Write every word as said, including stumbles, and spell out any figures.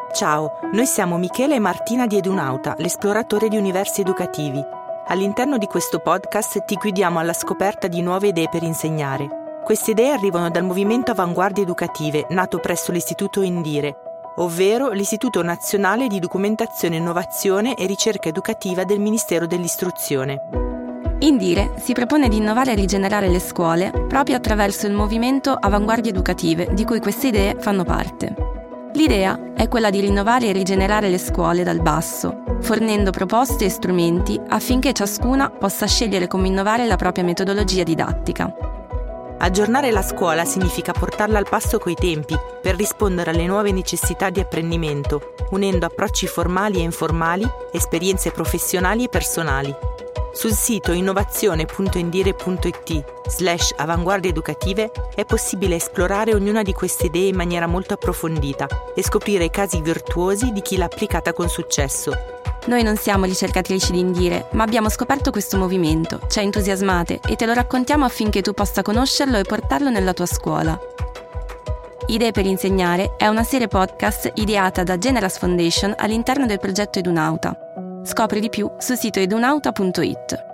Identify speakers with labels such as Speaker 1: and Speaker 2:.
Speaker 1: Ciao, noi siamo Michele e Martina di Edunauta, l'esploratore di universi educativi. All'interno di questo podcast ti guidiamo alla scoperta di nuove idee per insegnare. Queste idee arrivano dal movimento Avanguardie Educative, nato presso l'Istituto Indire, ovvero l'Istituto Nazionale di Documentazione, Innovazione e Ricerca Educativa del Ministero dell'Istruzione.
Speaker 2: Indire si propone di innovare e rigenerare le scuole proprio attraverso il movimento Avanguardie Educative, di cui queste idee fanno parte. L'idea è quella di rinnovare e rigenerare le scuole dal basso, fornendo proposte e strumenti affinché ciascuna possa scegliere come innovare la propria metodologia didattica.
Speaker 1: Aggiornare la scuola significa portarla al passo coi tempi per rispondere alle nuove necessità di apprendimento, unendo approcci formali e informali, esperienze professionali e personali. Sul sito innovazione punto indire punto it slash avanguardie educative è possibile esplorare ognuna di queste idee in maniera molto approfondita e scoprire i casi virtuosi di chi l'ha applicata con successo.
Speaker 2: Noi non siamo ricercatrici di Indire, ma abbiamo scoperto questo movimento, ci ha entusiasmate e te lo raccontiamo affinché tu possa conoscerlo e portarlo nella tua scuola. Idee per insegnare è una serie podcast ideata da Generas Foundation all'interno del progetto Edunauta. Scopri di più sul sito edunauta punto it.